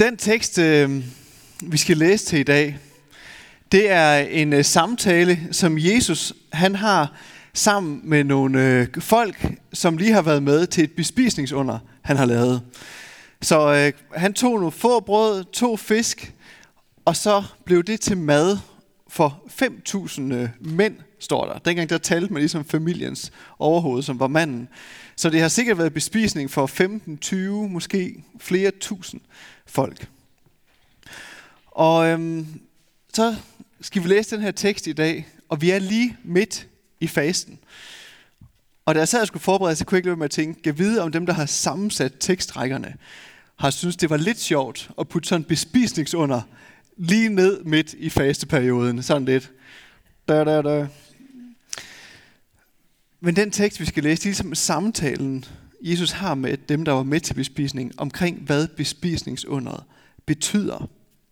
Den tekst, vi skal læse til i dag, det er en samtale, som Jesus han har sammen med nogle folk, som lige har været med til et bespisningsunder, han har lavet. Så han tog nogle få brød, 2 fisk, og så blev det til mad for 5.000 mænd, står der. Dengang der talte man ligesom familiens overhoved, som var manden. Så det har sikkert været bespisning for 15, 20, måske flere tusind folk. Og så skal vi læse den her tekst i dag, og vi er lige midt i fasten. Og da jeg sad og skulle forberede, så kunne jeg ikke lade være med at tænke, jeg ved om dem, der har sammensat tekstrækkerne, har syntes, det var lidt sjovt at putte sådan en bespisningsunder lige ned midt i fasteperioden. Sådan lidt. Men den tekst, vi skal læse, det er ligesom samtalen, Jesus har med dem, der var med til bespisning, omkring hvad bespisningsunderet betyder.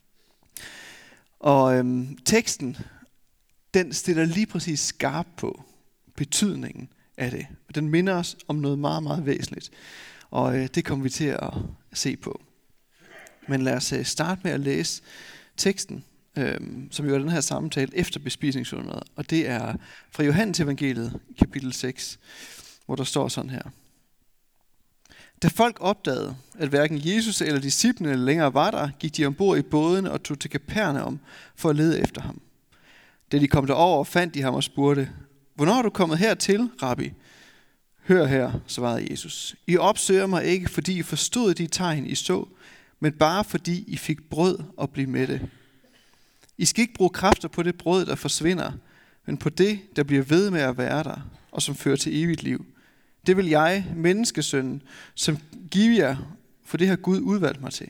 Og teksten, den stiller lige præcis skarp på betydningen af det. Den minder os om noget meget, meget væsentligt. Og det kommer vi til at se på. Men lad os starte med at læse teksten, som jo er den her samtale efter bespisningsunderet. Og det er fra Johannes evangeliet, kapitel 6, hvor der står sådan her. Da folk opdagede, at hverken Jesus eller disciplene længere var der, gik de ombord i bådene og tog til Kapernaum for at lede efter ham. Da de kom derover, fandt de ham og spurgte, hvornår er du kommet hertil, rabbi? Hør her, svarede Jesus. I opsøger mig ikke, fordi I forstod de tegn, I så, men bare fordi I fik brød og blev mætte. I skal ikke bruge kræfter på det brød, der forsvinder, men på det, der bliver ved med at være der, og som fører til evigt liv. Det vil jeg, menneskesønnen, som giver jer, for det har Gud udvalgt mig til.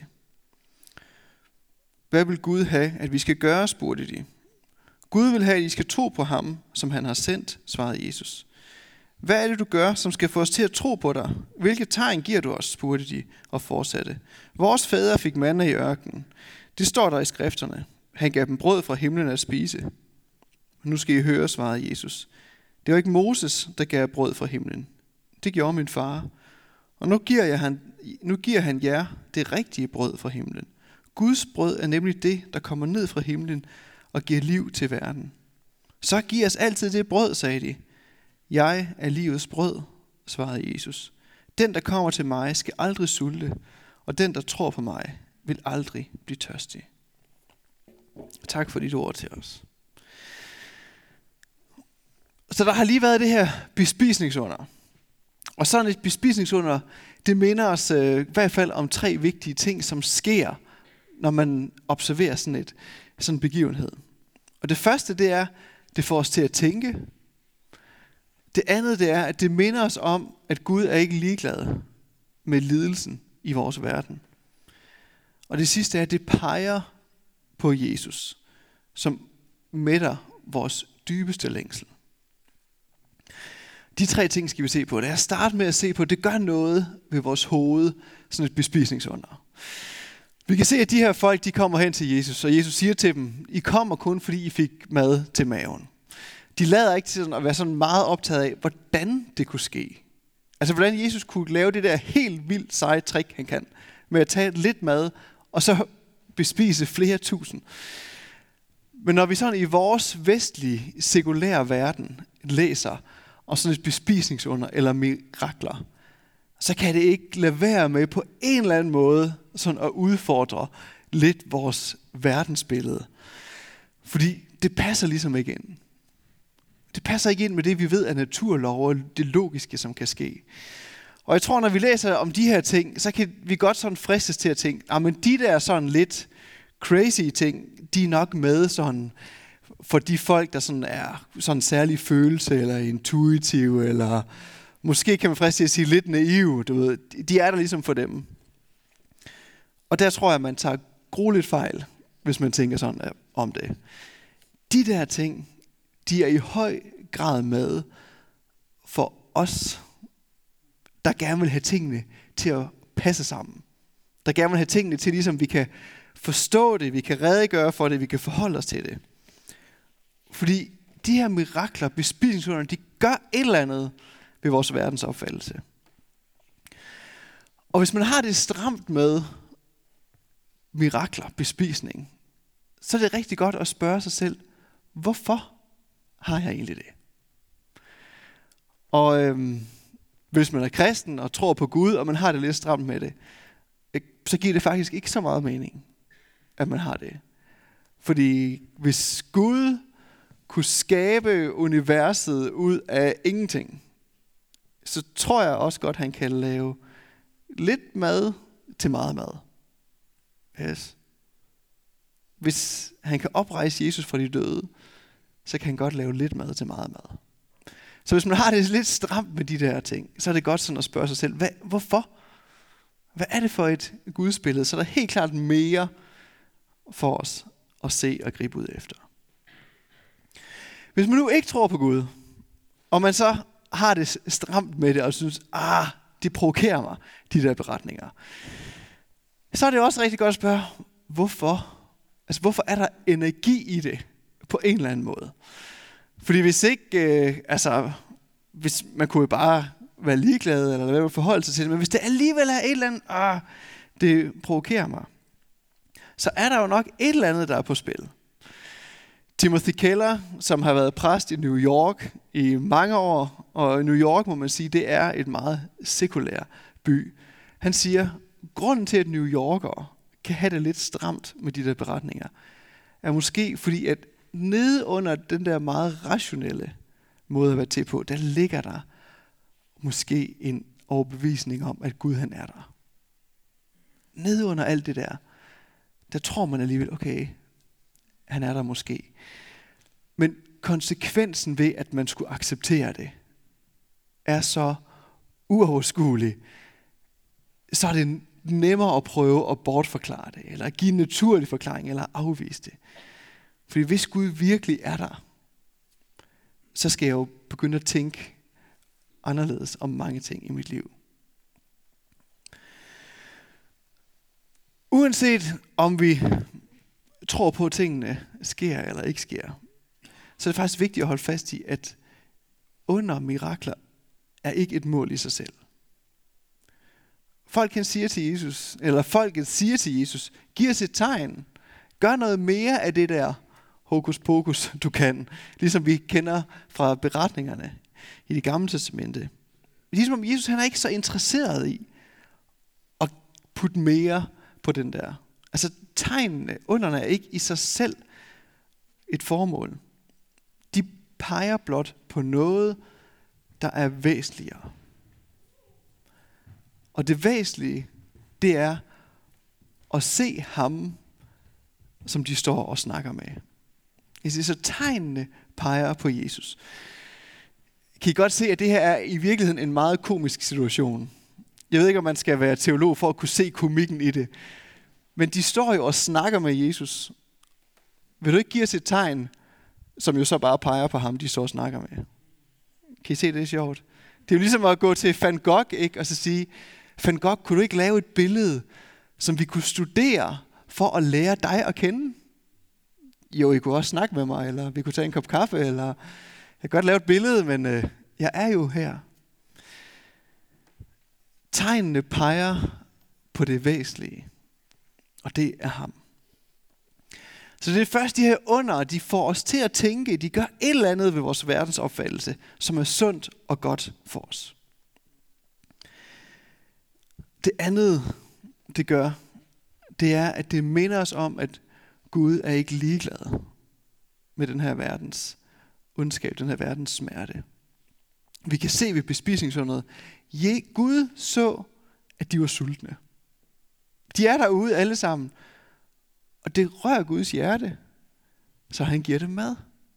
Hvad vil Gud have, at vi skal gøre, spurgte de. Gud vil have, at I skal tro på ham, som han har sendt, svarede Jesus. Hvad er det, du gør, som skal få os til at tro på dig? Hvilke tegn giver du os, spurgte de og fortsatte. Vores fædre fik manna i ørkenen. Det står der i skrifterne. Han gav dem brød fra himlen at spise. Nu skal I høre, svarede Jesus. Det var ikke Moses, der gav brød fra himlen. Det gjorde min far. Og nu giver han jer det rigtige brød fra himlen. Guds brød er nemlig det, der kommer ned fra himlen og giver liv til verden. Så giv os altid det brød, sagde de. Jeg er livets brød, svarede Jesus. Den, der kommer til mig, skal aldrig sulte, og den, der tror på mig, vil aldrig blive tørstig. Tak for dit ord til os. Så der har lige været det her bespisningsunder. Og sådan et bespisningsunder, det minder os i hvert fald om 3 vigtige ting, som sker, når man observerer sådan en begivenhed. Og det første, det er, det får os til at tænke. Det andet, det er, at det minder os om, at Gud er ikke ligeglad med lidelsen i vores verden. Og det sidste er, at det peger på Jesus, som mætter vores dybeste længsel. De 3 ting skal vi se på. Da jeg starter med at se på, at det gør noget ved vores hoved, sådan et bespisningsunder. Vi kan se, at de her folk, de kommer hen til Jesus, og Jesus siger til dem, I kommer kun, fordi I fik mad til maven. De lader ikke til at være sådan meget optaget af, hvordan det kunne ske. Altså, hvordan Jesus kunne lave det der helt vildt seje trick, han kan, med at tage lidt mad, og så bespise flere tusind. Men når vi sådan i vores vestlige, sekulære verden læser om sådan et bespisningsunder eller mirakler, så kan det ikke lade være med på en eller anden måde sådan at udfordre lidt vores verdensbillede. Fordi det passer ligesom ikke ind. Det passer ikke ind med det, vi ved af naturlov og det logiske, som kan ske. Og jeg tror, når vi læser om de her ting, så kan vi godt sådan fristes til at tænke, men de der sådan lidt crazy ting, de er nok med sådan for de folk, der sådan er sådan en særlig følelse, eller intuitive, eller måske kan man fristes til at sige lidt naive, du ved. De er der ligesom for dem. Og der tror jeg, man tager grueligt fejl, hvis man tænker sådan om det. De der ting, de er i høj grad med for os, der gerne vil have tingene til at passe sammen. Der gerne vil have tingene til, ligesom vi kan forstå det, vi kan redegøre for det, vi kan forholde os til det. Fordi de her mirakler, bespisningsunder, de gør et eller andet ved vores verdensopfattelse. Og hvis man har det stramt med, mirakler, bespisning, så er det rigtig godt at spørge sig selv, hvorfor har jeg egentlig det? Og hvis man er kristen og tror på Gud, og man har det lidt stramt med det, så giver det faktisk ikke så meget mening, at man har det. Fordi hvis Gud kunne skabe universet ud af ingenting, så tror jeg også godt, han kan lave lidt mad til meget mad. Yes. Hvis han kan oprejse Jesus fra de døde, så kan han godt lave lidt mad til meget mad. Så hvis man har det lidt stramt med de der ting, så er det godt sådan at spørge sig selv, hvorfor? Hvad er det for et gudsbillede? Så er der helt klart mere for os at se og gribe ud efter. Hvis man nu ikke tror på Gud, og man så har det stramt med det, og synes, det provokerer mig, de der beretninger, så er det også rigtig godt at spørge, hvorfor? Altså, hvorfor er der energi i det på en eller anden måde? Fordi hvis ikke, hvis man kunne bare være ligeglad, eller hvad man forholde sig til det, men hvis det alligevel er et eller andet, det provokerer mig, så er der jo nok et eller andet, der er på spil. Timothy Keller, som har været præst i New York i mange år, og New York, må man sige, det er et meget sekulær by. Han siger, grunden til, at New Yorkere kan have det lidt stramt med de der beretninger, er måske fordi, at nede under den der meget rationelle måde at være til på, der ligger der måske en overbevisning om, at Gud han er der. Nede under alt det der tror man alligevel, okay, han er der måske. Men konsekvensen ved, at man skulle acceptere det, er så uoverskuelig, så er det nemmere at prøve at bortforklare det, eller give en naturlig forklaring, eller afvise det. Fordi hvis Gud virkelig er der, så skal jeg jo begynde at tænke anderledes om mange ting i mit liv. Uanset om vi tror på, at tingene sker eller ikke sker, så er det faktisk vigtigt at holde fast i, at under mirakler er ikke et mål i sig selv. Folket siger til Jesus, giv os et tegn. Gør noget mere af det der hokus pokus, du kan. Ligesom vi kender fra beretningerne i Det Gamle Testamente. Ligesom om Jesus han er ikke så interesseret i at putte mere på den der. Altså tegnene, underne er ikke i sig selv et formål. De peger blot på noget, der er væsentligere. Og det væsentlige, det er at se ham, som de står og snakker med. Så tegnene peger på Jesus. Kan I godt se, at det her er i virkeligheden en meget komisk situation. Jeg ved ikke, om man skal være teolog for at kunne se komikken i det. Men de står jo og snakker med Jesus. Vil du ikke give os et tegn, som jo så bare peger på ham, de står og snakker med? Kan I se, det er sjovt? Det er jo ligesom at gå til Van Gogh, ikke? Og så sige, Van Gogh, kunne du ikke lave et billede, som vi kunne studere for at lære dig at kende? Jo, I kunne også snakke med mig, eller vi kunne tage en kop kaffe, eller jeg kan godt lave et billede, men jeg er jo her. Tegnene peger på det væsentlige, og det er ham. Så det er først de her under, de får os til at tænke, de gør et eller andet ved vores verdensopfattelse, som er sundt og godt for os. Det andet, det gør, det er, at det minder os om, at Gud er ikke ligeglad med den her verdens ondskab, den her verdens smerte. Vi kan se ved bespisningsunderet, Gud så, at de var sultne. De er derude alle sammen, og det rører Guds hjerte, så han giver dem mad.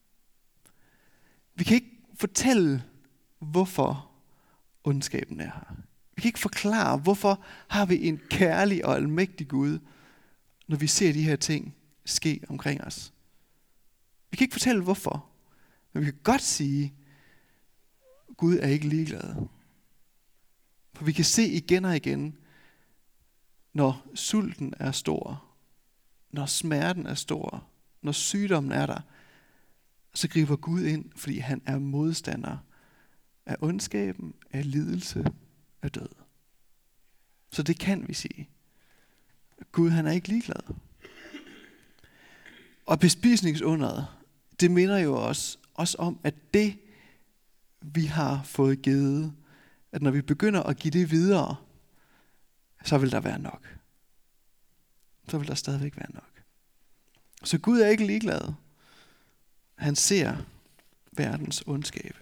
Vi kan ikke fortælle, hvorfor ondskaben er her. Vi kan ikke forklare, hvorfor har vi en kærlig og almægtig Gud, når vi ser de her ting ske omkring os. Vi kan ikke fortælle, hvorfor. Men vi kan godt sige, at Gud er ikke ligeglad. For vi kan se igen og igen, når sulten er stor, når smerten er stor, når sygdommen er der, så griber Gud ind, fordi han er modstander af ondskaben, af lidelse, af død. Så det kan vi sige. Gud, han er ikke ligeglad. Og bespisningsunderet, det minder jo os om, at det, vi har fået givet, at når vi begynder at give det videre, så vil der være nok. Så vil der stadigvæk være nok. Så Gud er ikke ligeglad. Han ser verdens ondskab.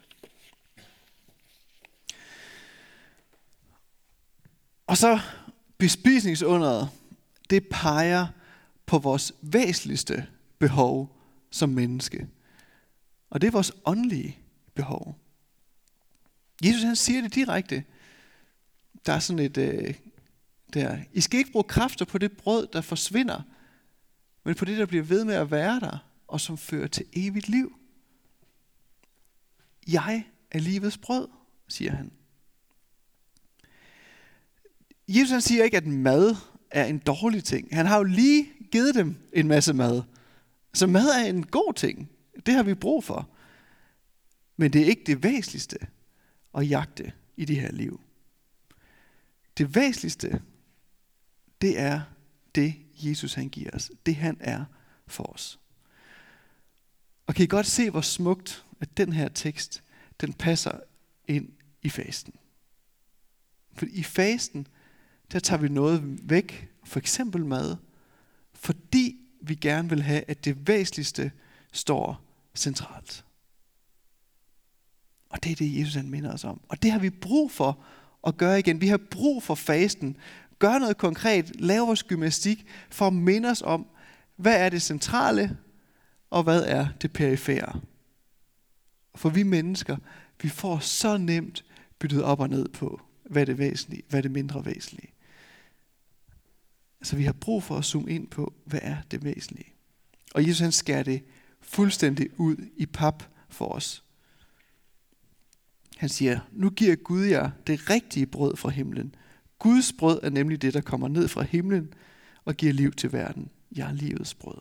Og så bespisningsunderet, det peger på vores væsentligste behov som menneske. Og det er vores åndelige behov. Jesus han siger det direkte. Der er sådan et I skal ikke bruge kræfter på det brød, der forsvinder, men på det, der bliver ved med at være der, og som fører til evigt liv. Jeg er livets brød, siger han. Jesus han siger ikke, at mad er en dårlig ting. Han har jo lige givet dem en masse mad. Så mad er en god ting. Det har vi brug for. Men det er ikke det væsentligste at jagte i det her liv. Det væsentligste, det er det, Jesus han giver os. Det han er for os. Og kan I godt se, hvor smukt, at den her tekst, den passer ind i fasten. For i fasten, der tager vi noget væk, for eksempel mad, fordi vi gerne vil have, at det væsentligste står centralt. Og det er det, Jesus han minder os om. Og det har vi brug for at gøre igen. Vi har brug for fasten. Gør noget konkret. Lav vores gymnastik for at minde os om, hvad er det centrale, og hvad er det perifære. For vi mennesker, vi får så nemt byttet op og ned på, hvad er det væsentlige, hvad er det mindre væsentlige. Så vi har brug for at zoome ind på, hvad er det væsentlige. Og Jesus han skærer det fuldstændig ud i pap for os. Han siger, nu giver Gud jer det rigtige brød fra himlen. Guds brød er nemlig det, der kommer ned fra himlen og giver liv til verden. Jeg er livets brød.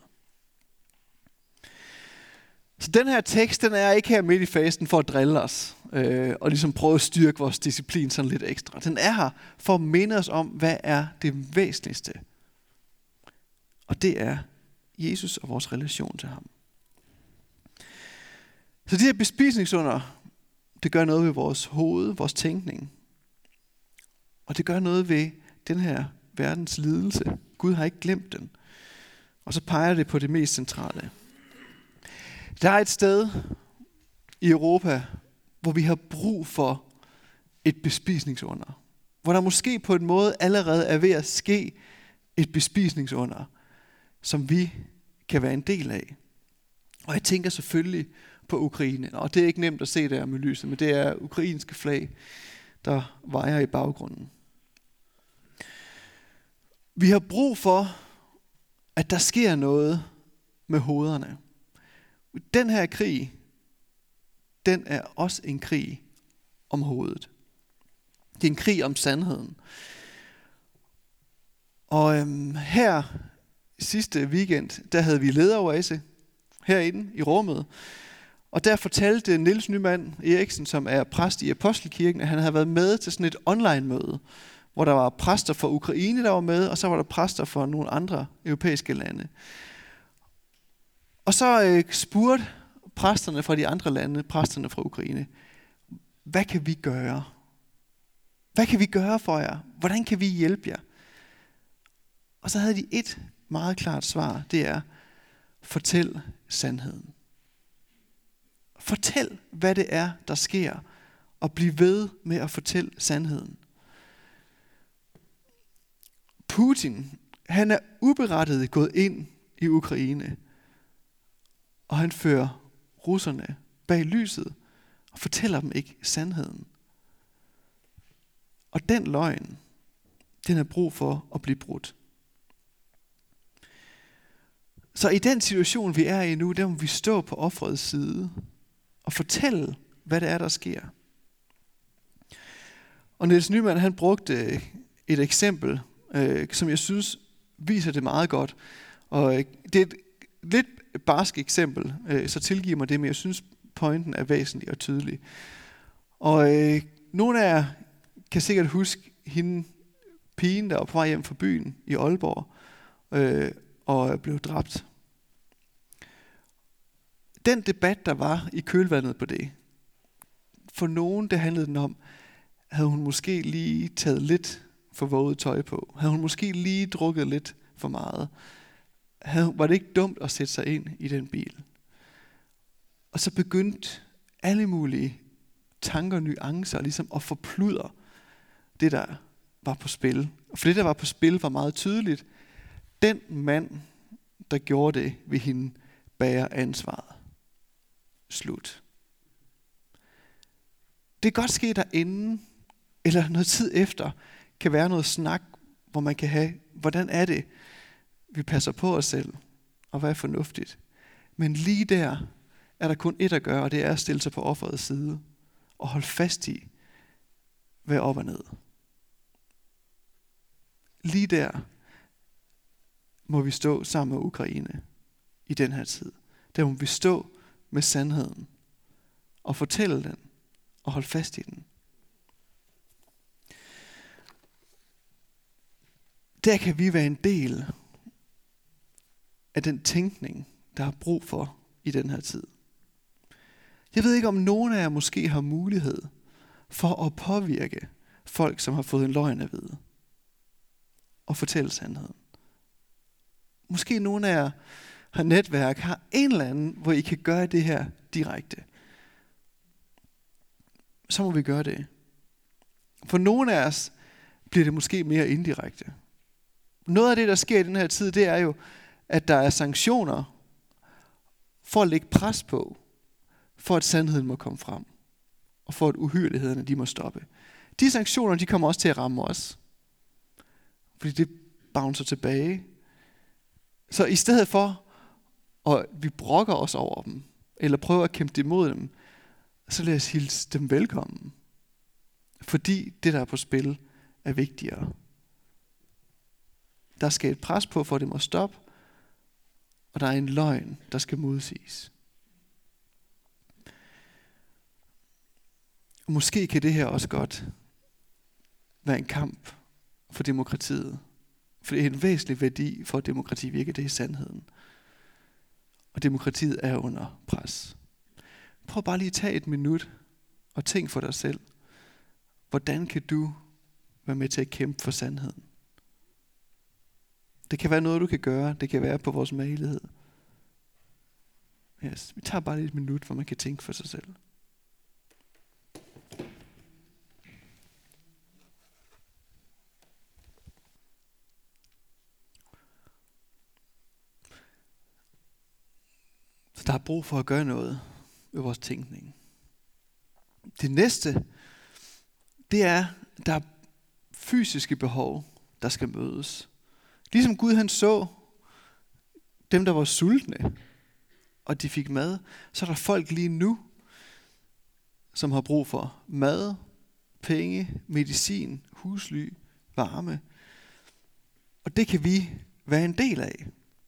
Så den her tekst, den er ikke her midt i fasten for at drille os, og ligesom prøve at styrke vores disciplin sådan lidt ekstra. Den er her for at minde os om, hvad er det væsentligste. Og det er Jesus og vores relation til ham. Så de her bespisningsunder, det gør noget ved vores hoved, vores tænkning. Og det gør noget ved den her verdens lidelse. Gud har ikke glemt den. Og så peger det på det mest centrale. Der er et sted i Europa, hvor vi har brug for et bespisningsunder. Hvor der måske på en måde allerede er ved at ske et bespisningsunder, som vi kan være en del af. Og jeg tænker selvfølgelig på Ukraine. Og det er ikke nemt at se der med lyset, men det er ukrainske flag, der vejer i baggrunden. Vi har brug for, at der sker noget med hovederne. Den her krig, den er også en krig om hovedet. Det er en krig om sandheden. Og her sidste weekend, der havde vi lederoase herinde i rummet. Og der fortalte Niels Nyman Eriksen, som er præst i Apostelkirken, at han havde været med til sådan et online-møde, hvor der var præster fra Ukraine, der var med, og så var der præster fra nogle andre europæiske lande. Og så spurgte præsterne fra de andre lande, præsterne fra Ukraine, hvad kan vi gøre? Hvad kan vi gøre for jer? Hvordan kan vi hjælpe jer? Og så havde de et meget klart svar, det er, fortæl sandheden. Fortæl, hvad det er, der sker, og bliv ved med at fortælle sandheden. Putin, han er uberettiget gået ind i Ukraine, og han fører russerne bag lyset og fortæller dem ikke sandheden. Og den løgn, den er brug for at blive brudt. Så i den situation, vi er i nu, der må vi stå på offerets side og fortælle, hvad det er, der sker. Og Niels Nyman, han brugte et eksempel, som jeg synes viser det meget godt. Og det er et lidt barsk eksempel, så tilgiv mig det, men jeg synes, pointen er væsentlig og tydelig. Og nogle af jer kan sikkert huske hende, pigen, der var på vej hjem fra byen i Aalborg, og blev dræbt. Den debat, der var i kølvandet på det, for nogen, det handlede den om, havde hun måske lige taget lidt for våget tøj på? Havde hun måske lige drukket lidt for meget? Var det ikke dumt at sætte sig ind i den bil? Og så begyndte alle mulige tanker og nuancer ligesom at forpludre det, der var på spil. For det, der var på spil, var meget tydeligt. Den mand, der gjorde det ved hende, bærer ansvaret. Slut. Det kan godt ske derinde, eller noget tid efter, kan være noget snak, hvor man kan have, hvordan er det, vi passer på os selv, og hvad er fornuftigt. Men lige der er der kun ét at gøre, og det er at stille sig på offerets side, og holde fast i, hvad er op og ned. Lige der må vi stå sammen med Ukraine i den her tid. Der må vi stå med sandheden, og fortælle den, og holde fast i den. Der kan vi være en del af den tænkning, der er brug for i den her tid. Jeg ved ikke, om nogen af jer måske har mulighed for at påvirke folk, som har fået en løgn at vide, og fortælle sandheden. Måske nogen af jer har netværk, har en eller anden, hvor I kan gøre det her direkte. Så må vi gøre det. For nogle af os bliver det måske mere indirekte. Noget af det, der sker i den her tid, det er jo, at der er sanktioner for at lægge pres på, for at sandheden må komme frem, og for at uhyrlighederne de må stoppe. De sanktioner, de kommer også til at ramme os, fordi det bouncer tilbage. Så i stedet for, at vi brokker os over dem, eller prøver at kæmpe imod dem, så lad os hilse dem velkommen. Fordi det, der er på spil, er vigtigere. Der skal et pres på, for det må stoppe, og der er en løgn, der skal modsiges. Og måske kan det her også godt være en kamp for demokratiet. For det er en væsentlig værdi for, at demokrati virker, det er sandheden. Og demokratiet er under pres. Prøv bare lige at tage et minut og tænk for dig selv. Hvordan kan du være med til at kæmpe for sandheden? Det kan være noget, du kan gøre. Det kan være på vores magelighed. Yes. Vi tager bare lige et minut, hvor man kan tænke for sig selv. Så der er brug for at gøre noget ved vores tænkning. Det næste, det er, der er fysiske behov, der skal mødes. Ligesom Gud han så dem, der var sultne, og de fik mad, så er der folk lige nu, som har brug for mad, penge, medicin, husly, varme. Og det kan vi være en del af.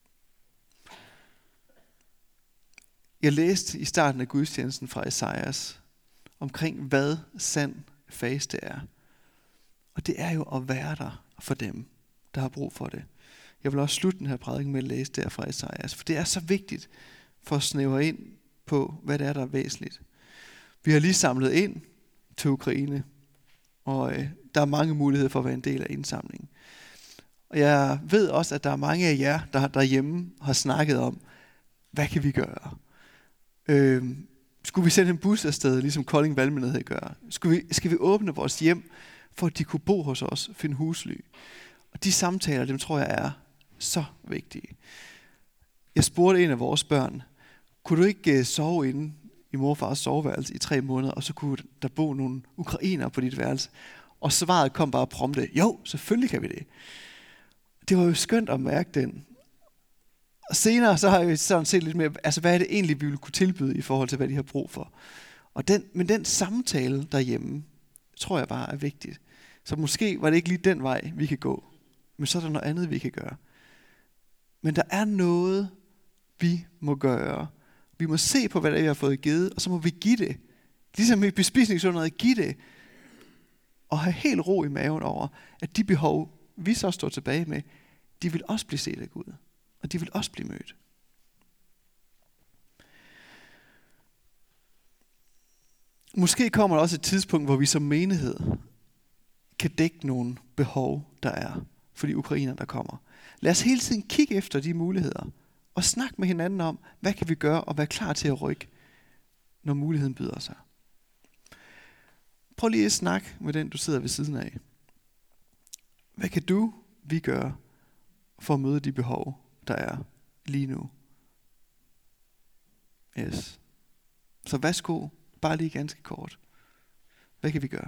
Jeg læste i starten af gudstjenesten fra Esajas omkring, hvad sand faste er. Og det er jo at være der for dem, der har brug for det. Jeg vil også slutte den her prædiken med at læse der fra Esajas, for det er så vigtigt for at snævre ind på, hvad det er, der er væsentligt. Vi har lige samlet ind til Ukraine, og der er mange muligheder for at være en del af indsamlingen. Og jeg ved også, at der er mange af jer, der derhjemme har snakket om, hvad kan vi gøre? Skulle vi sende en bus afsted, ligesom Kolding Valgmenighed gør? Skal vi åbne vores hjem, for at de kunne bo hos os, finde husly? Og de samtaler, dem tror jeg er så vigtige. Jeg spurgte en af vores børn, kunne du ikke sove inde i mor og fars soveværelse i 3 måneder, og så kunne der bo nogle ukrainere på dit værelse? Og svaret kom bare prompte, jo, selvfølgelig kan vi det. Det var jo skønt at mærke den. Og senere så har jeg sådan set lidt mere, altså hvad er det egentlig, vi ville kunne tilbyde i forhold til, hvad de har brug for. Men den samtale derhjemme, tror jeg bare er vigtigt. Så måske var det ikke lige den vej, vi kan gå. Men så er der noget andet, vi kan gøre. Men der er noget, vi må gøre. Vi må se på, hvad det er, vi har fået givet, og så må vi give det. Ligesom i bespisningsunderet, give det. Og have helt ro i maven over, at de behov vi så står tilbage med, de vil også blive set af Gud. Og de vil også blive mødt. Måske kommer der også et tidspunkt, hvor vi som menighed kan dække nogle behov, der er for de ukrainere, der kommer. Lad os hele tiden kigge efter de muligheder, og snakke med hinanden om, hvad kan vi gøre, og være klar til at rykke, når muligheden byder sig. Prøv lige at snakke med den, du sidder ved siden af. Hvad kan vi gøre for at møde de behov, der er lige nu? Yes. Så værsgo, bare lige ganske kort. Hvad kan vi gøre?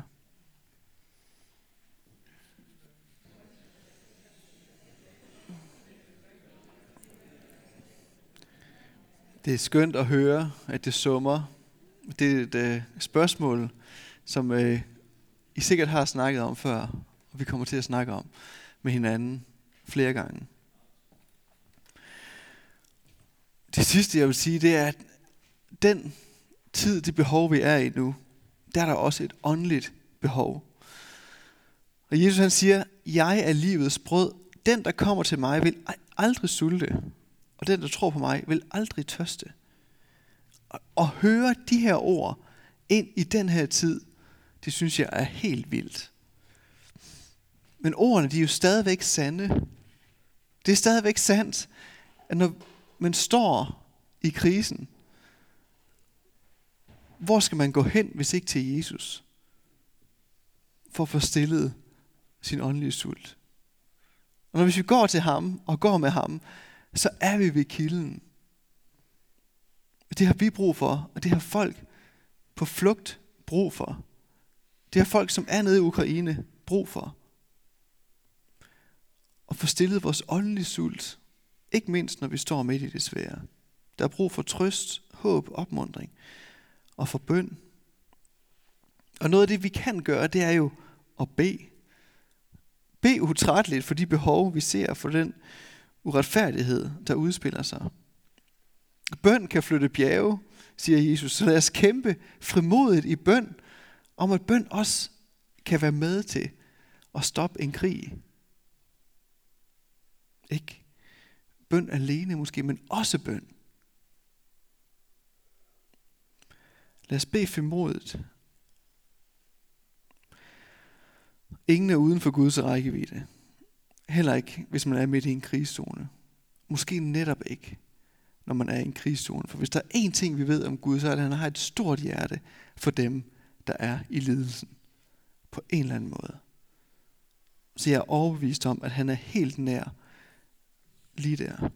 Det er skønt at høre, at det summer. Det er et spørgsmål, som I sikkert har snakket om før, og vi kommer til at snakke om med hinanden flere gange. Det sidste, jeg vil sige, det er, at den tid, det behov, vi er i nu, der er der også et åndeligt behov. Og Jesus han siger, jeg er livets brød. Den, der kommer til mig, vil aldrig sulte. Og den, der tror på mig, vil aldrig tørste. Og høre de her ord ind i den her tid, det synes jeg er helt vildt. Men ordene, de er jo stadigvæk sande. Det er stadigvæk sandt, at når man står i krisen, hvor skal man gå hen, hvis ikke til Jesus? For at få stillet sin åndelige sult. Og hvis vi går til ham og går med ham, så er vi ved kilden. Det har vi brug for, og det har folk på flugt brug for. Det har folk, som er nede i Ukraine, brug for. Og få stillet vores åndelige sult, ikke mindst når vi står midt i det svære. Der er brug for trøst, håb, opmuntring og for bøn. Og noget af det, vi kan gøre, det er jo at bede. Bed utrætteligt for de behov, vi ser, for den uretfærdighed, der udspiller sig. Bøn kan flytte bjerge, siger Jesus, så lad os kæmpe frimodigt i bøn, om at bøn også kan være med til at stoppe en krig. Ikke bøn alene måske, men også bøn. Lad os bede frimodigt. Ingen er uden for Guds rækkevidde. Heller ikke, hvis man er midt i en krigszone. Måske netop ikke, når man er i en krigszone. For hvis der er én ting, vi ved om Gud, så er det, at han har et stort hjerte for dem, der er i lidelsen. På en eller anden måde. Så jeg er overbevist om, at han er helt nær lige der.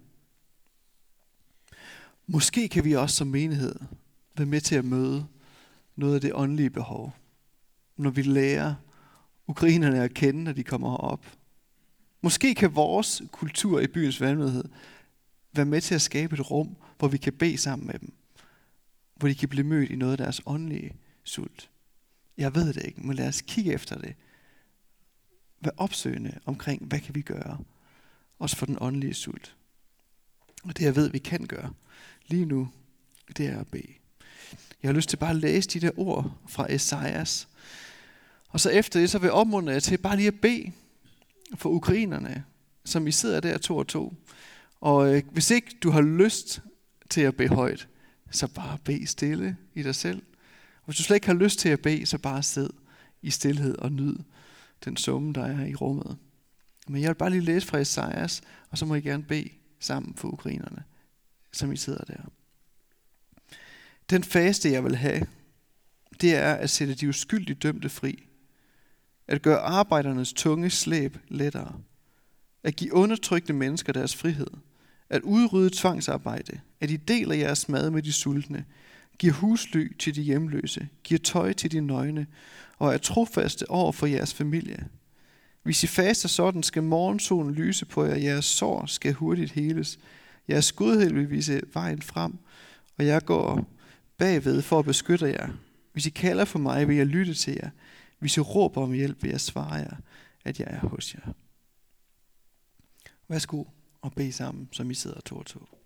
Måske kan vi også som menighed være med til at møde noget af det åndelige behov. Når vi lærer ukrainerne at kende, når de kommer herop. Måske kan vores kultur i byens valgmenighed være med til at skabe et rum, hvor vi kan bede sammen med dem. Hvor de kan blive mødt i noget af deres åndelige sult. Jeg ved det ikke, men lad os kigge efter det. Vær opsøgende omkring, hvad kan vi gøre? Også for den åndelige sult. Og det jeg ved, vi kan gøre lige nu, det er at bede. Jeg har lyst til bare at læse de der ord fra Esajas. Og så efter det, så vil jeg opmuntre jer til bare lige at bede for ukrainerne, som I sidder der 2 og 2. Og hvis ikke du har lyst til at bede højt, så bare bed stille i dig selv. Og hvis du slet ikke har lyst til at bede, så bare sid i stilhed og nyd den summe, der er i rummet. Men jeg vil bare lige læse fra Esajas, og så må I gerne bede sammen for ukrainerne, som I sidder der. Den faste, jeg vil have, det er at sætte de uskyldigt dømte fri. At gøre arbejdernes tunge slæb lettere. At give undertrykte mennesker deres frihed. At udrydde tvangsarbejde. At I deler jeres mad med de sultne. Giver husly til de hjemløse. Giver tøj til de nøgne. Og er trofaste over for jeres familie. Hvis I faster sådan, skal morgensolen lyse på jer. Jeres sår skal hurtigt heles. Jeres godhed vil vise vejen frem. Og jeg går bagved for at beskytte jer. Hvis I kalder for mig, vil jeg lytte til jer. Hvis I råber om hjælp, vil jeg svare jer, at jeg er hos jer. Værsgo og bed sammen, som I sidder 2 og 2.